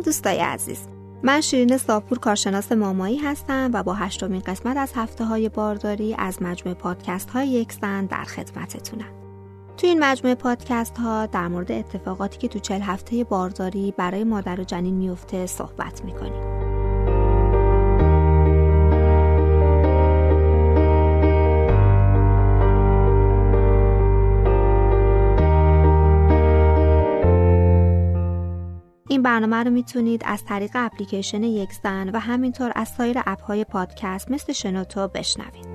دوستای عزیز، من شیرین صافپور کارشناس مامایی هستم و با 8مین قسمت از هفته‌های بارداری از مجموعه پادکست‌های یک زن در خدمتتونم. تو این مجموعه پادکست‌ها در مورد اتفاقاتی که تو 40 هفته بارداری برای مادر و جنین میفته صحبت می‌کنیم. این برنامه رو میتونید از طریق اپلیکیشن یک زن و همینطور از سایر اپ‌های پادکست مثل شنوتو بشنوید.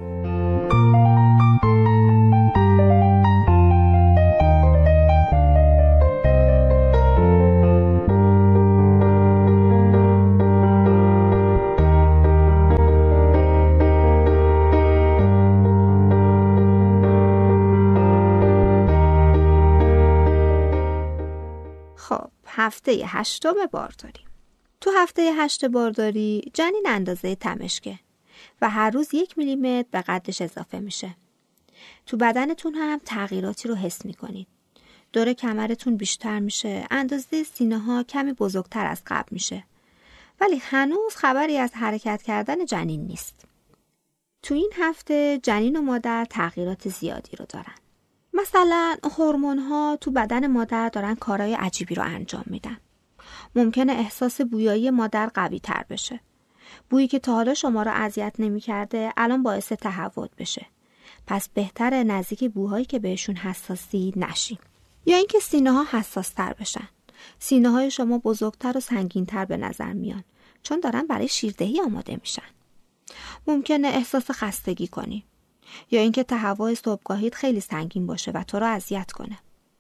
هفته 8 بارداری. تو هفته 8 بارداری جنین اندازه تمشکه و هر روز 1 میلیمتر به قدش اضافه میشه. تو بدنتون هم تغییراتی رو حس میکنید. دور کمرتون بیشتر میشه، اندازه سینه ها کمی بزرگتر از قبل میشه. ولی هنوز خبری از حرکت کردن جنین نیست. تو این هفته جنین و مادر تغییرات زیادی رو دارن. مثلا هورمون‌ها تو بدن مادر دارن کارهای عجیبی رو انجام میدن. ممکنه احساس بویایی مادر قوی تر بشه. بویی که تا حالا شما رو اذیت نمی‌کرده الان باعث تهوع بشه. پس بهتره نزدیک بوهایی که بهشون حساسی نشین. یا اینکه سینه‌ها حساس‌تر بشن. سینه‌های شما بزرگتر و سنگین‌تر به نظر میان چون دارن برای شیردهی آماده میشن. ممکنه احساس خستگی کنی. یا اینکه تهوع صبحگاهیت خیلی سنگین باشه و تو رو اذیت کنه.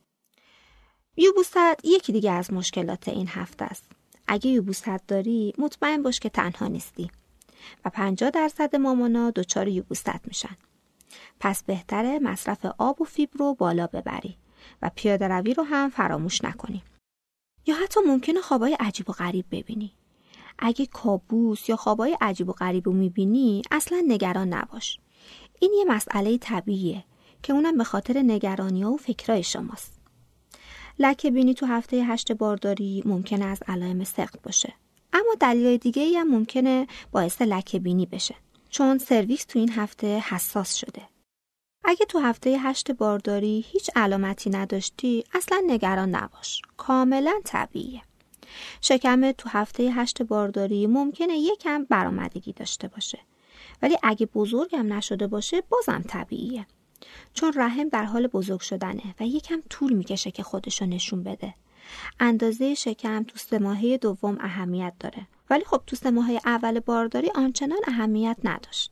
یبوست یکی دیگه از مشکلات این هفته است. اگه یبوست داری مطمئن باش که تنها نیستی و 50% مامانا دچار یبوست میشن. پس بهتره مصرف آب و فیبر رو بالا ببری و پیاده روی رو هم فراموش نکنی. یا حتی ممکنه خوابای عجیب و غریب ببینی. اگه کابوس یا خوابای عجیب و غریب رو میبینی اصلا نگران نباش. این یه مسئله طبیعیه که اونم به خاطر نگرانی‌ها و فکرای شماست. لکه بینی تو هفته 8 بارداری ممکنه از علائم سقط باشه. اما دلایل دیگه‌ای هم ممکنه باعث لکه بینی بشه. چون سرویکس تو این هفته حساس شده. اگه تو هفته 8 بارداری هیچ علامتی نداشتی اصلا نگران نباش. کاملا طبیعیه. شکم تو هفته 8 بارداری ممکنه یکم برآمدگی داشته باشه. ولی اگه بزرگم نشده باشه بازم طبیعیه. چون رحم در حال بزرگ شدنه و یکم طول میکشه که خودشو نشون بده. اندازه شکم تو 3 ماهه دوم اهمیت داره. ولی خب تو 3 ماهه اول بارداری آنچنان اهمیت نداشت.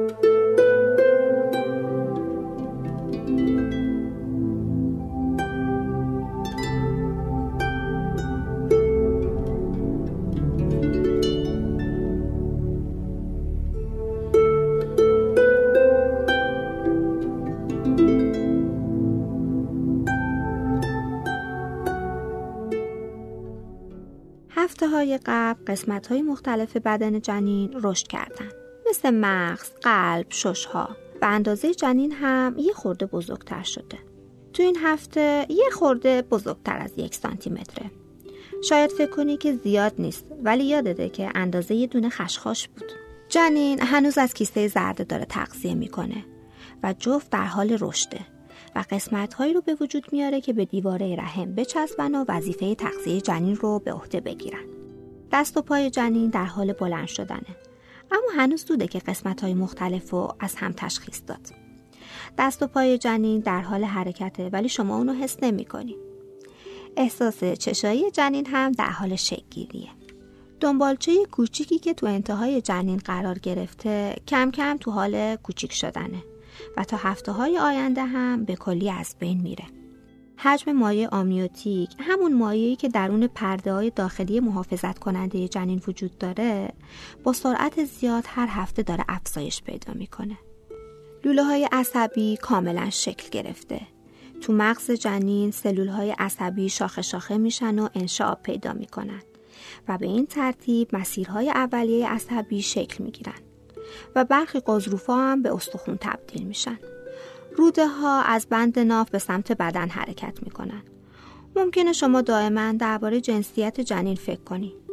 هفته‌های قبل قسمت‌های مختلف بدن جنین رشد کردن. مثل مغز، قلب، شش‌ها و اندازه جنین هم یه خورده بزرگتر شده. تو این هفته یه خورده بزرگتر از 1 سانتیمتره. شاید فکر کنی که زیاد نیست ولی یادته که اندازه یه دونه خشخاش بود. جنین هنوز از کیسه زرده داره تغذیه میکنه و جفت در حال رشده و قسمت‌هایی رو به وجود میاره که به دیواره رحم بچسبن و وظیفه تغذیه جنین رو به عهده بگیرن. دست و پای جنین در حال بلند شدنه. اما هنوز زوده که قسمت‌های مختلف رو از هم تشخیص داد. دست و پای جنین در حال حرکته ولی شما اونو حس نمی‌کنی. احساس چشایی جنین هم در حال شکل‌گیریه. دنبالچه کوچیکی که تو انتهای جنین قرار گرفته کم کم تو حال کوچیک شدنه و تا هفته‌های آینده هم به کلی از بین میره. حجم مایع آمنیوتیک، همون مایعی که درون پرده‌های داخلی محافظت کننده جنین وجود داره، با سرعت زیاد هر هفته داره افزایش پیدا میکنه. لوله‌های عصبی کاملا شکل گرفته. تو مغز جنین سلول‌های عصبی شاخه شاخه میشن و انشعاب پیدا میکنن و به این ترتیب مسیرهای اولیه عصبی شکل میگیرن و برخی قضروف‌ها هم به استخوان تبدیل میشن. روده ها از بند ناف به سمت بدن حرکت میکنن. ممکنه شما دائما درباره جنسیت جنین فکر کنی.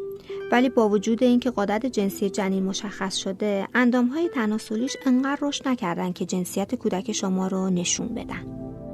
ولی با وجود اینکه غدد جنسی جنین مشخص شده، اندامهای تناسلیش انقدر رشد نکردن که جنسیت کودک شما رو نشون بدن.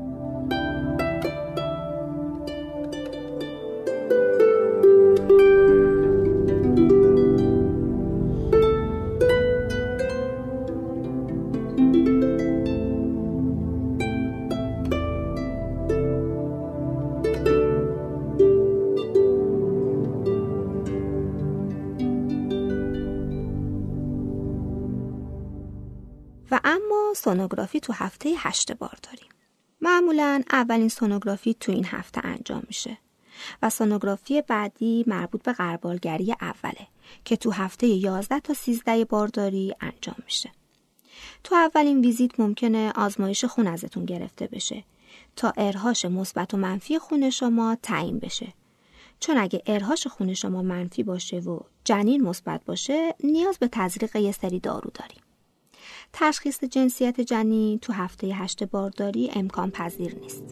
و اما سونوگرافی تو هفته 8 بارداری. معمولاً اولین سونوگرافی تو این هفته انجام میشه و سونوگرافی بعدی مربوط به غربالگری اوله که تو هفته 11 تا 13 بارداری انجام میشه. تو اولین ویزیت ممکنه آزمایش خون ازتون گرفته بشه تا RH مثبت و منفی خون شما تعیین بشه. چون اگه RH خون شما منفی باشه و جنین مثبت باشه، نیاز به تزریق یه سری دارو داریم. تشخیص جنسیت جنین تو هفته 8 بارداری امکان پذیر نیست.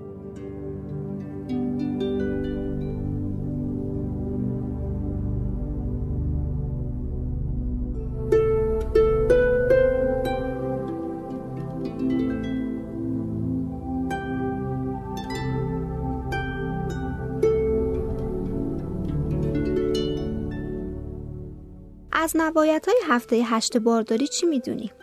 از نبایدهای هفته 8 بارداری چی میدونی؟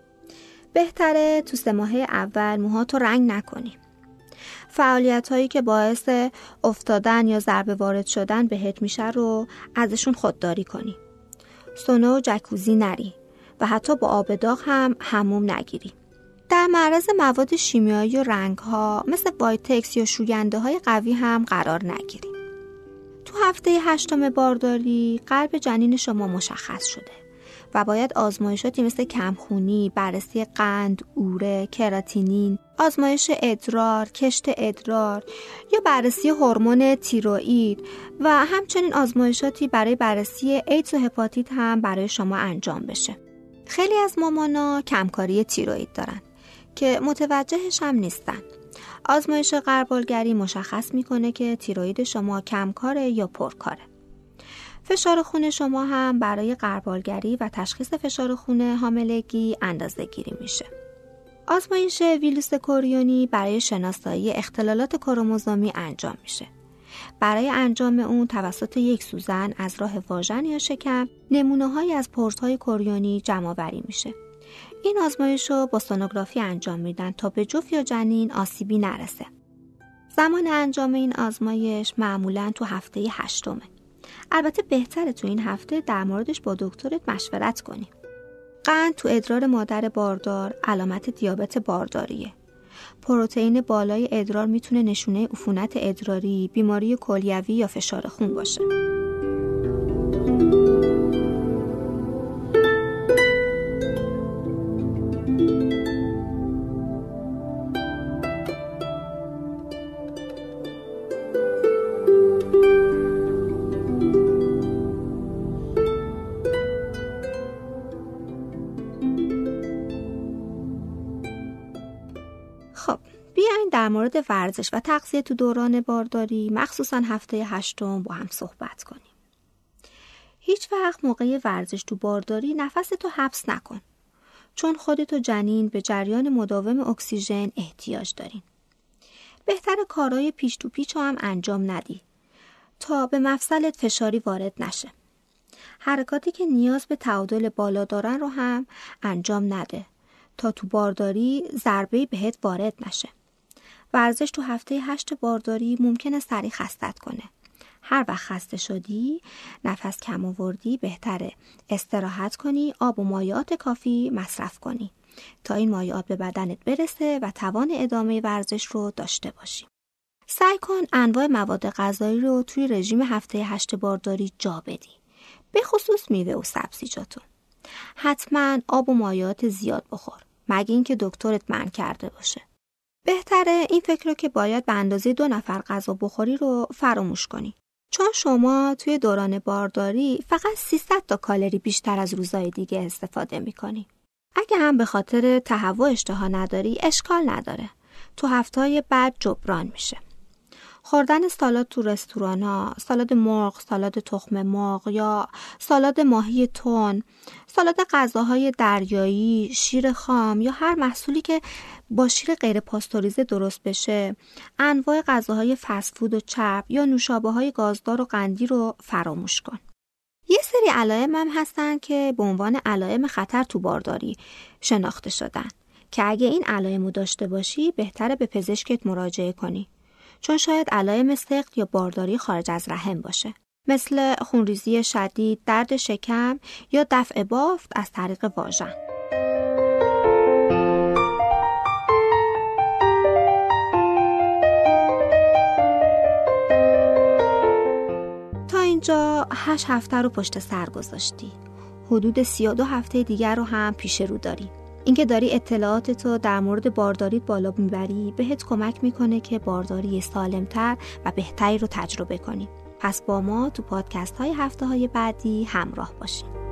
بهتره تو 3 ماه اول موهاتو رنگ نکنی. فعالیت هایی که باعث افتادن یا ضربه وارد شدن بهت میشه رو ازشون خودداری کنی. سونا و جکوزی نری و حتی با آب داغ هم حموم نگیری. در معرض مواد شیمیایی و رنگ ها مثل وایتکس یا شوینده های قوی هم قرار نگیری. تو هفته 8 بارداری قلب جنین شما مشخص شده و باید آزمایشاتی مثل کمخونی، بررسی قند، اوره، کراتینین، آزمایش ادرار، کشت ادرار یا بررسی هورمون تیروئید و همچنین آزمایشاتی برای بررسی ایدز و هپاتیت هم برای شما انجام بشه. خیلی از مامانا کمکاری تیروئید دارن که متوجهش هم نیستن. آزمایش غربالگری مشخص میکنه که تیروئید شما کمکاره یا پرکاره. فشار خون شما هم برای غربالگری و تشخیص فشار خون حاملگی اندازه‌گیری میشه. آزمایش ویروس کوریونی برای شناسایی اختلالات کروموزومی انجام میشه. برای انجام اون توسط یک سوزن از راه واژن یا شکم نمونه‌هایی از پورت‌های کوریونی جمع‌آوری میشه. این آزمایش رو با سونوگرافی انجام میدن تا به جفت یا جنین آسیبی نرسه. زمان انجام این آزمایش معمولاً تو هفته 8. البته بهتره تو این هفته در موردش با دکترت مشورت کنی. قند تو ادرار مادر باردار علامت دیابت بارداریه. پروتئین بالای ادرار میتونه نشونه عفونت ادراری، بیماری کلیوی یا فشار خون باشه. خب بیاین در مورد ورزش و تغذیه تو دوران بارداری مخصوصا هفته 8 با هم صحبت کنیم. هیچ وقت موقع ورزش تو بارداری نفستو حبس نکن، چون خودت و جنین به جریان مداوم اکسیژن احتیاج دارین. بهتره کارهای پیچ تو پیچ هم انجام ندی تا به مفصلت فشاری وارد نشه. حرکاتی که نیاز به تعادل بالا دارن رو هم انجام نده تا تو بارداری ضربه‌ای بهت وارد نشه. ورزش تو هفته 8 بارداری ممکنه سریع خستت کنه. هر وقت خسته شدی، نفس کم آوردی، بهتره استراحت کنی، آب و مایعات کافی مصرف کنی تا این مایعات به بدنت برسه و توان ادامه ورزش رو داشته باشی. سعی کن انواع مواد غذایی رو توی رژیم هفته 8 بارداری جا بدی، به خصوص میوه و سبزیجاتو. حتما آب و مایعات زیاد بخور، مگه اینکه دکترت منع کرده باشه. بهتره این فکر رو که باید به اندازه 2 نفر غذا بخوری رو فراموش کنی، چون شما توی دوران بارداری فقط 300 تا کالری بیشتر از روزهای دیگه استفاده میکنی. اگه هم به خاطر تهوع اشتها نداری، اشکال نداره، تو هفته‌های بعد جبران میشه. خوردن سالاد تو رستوران‌ها، سالاد مرغ، سالاد تخم مرغ یا سالاد ماهی تن، سالاد غذاهای دریایی، شیر خام یا هر محصولی که با شیر غیر پاستوریزه درست بشه، انواع غذاهای فست فود و چرب یا نوشابه‌های گازدار و قندی رو فراموش کن. یه سری علائم هم هستن که به عنوان علائم خطر تو بارداری شناخته شدن که اگه این علائم رو داشته باشی بهتره به پزشکت مراجعه کنی، چون شاید علائم سقط یا بارداری خارج از رحم باشه، مثل خونریزی شدید، درد شکم یا دفع بافت از طریق واژن. تا اینجا 8 هفته رو پشت سر گذاشتی. حدود 32 هفته دیگر رو هم پیش رو داری. اینکه داری اطلاعاتتو در مورد بارداریت بالا میبری بهت کمک میکنه که بارداری سالمتر و بهتری رو تجربه کنی. پس با ما تو پادکست های هفته های بعدی همراه باشیم.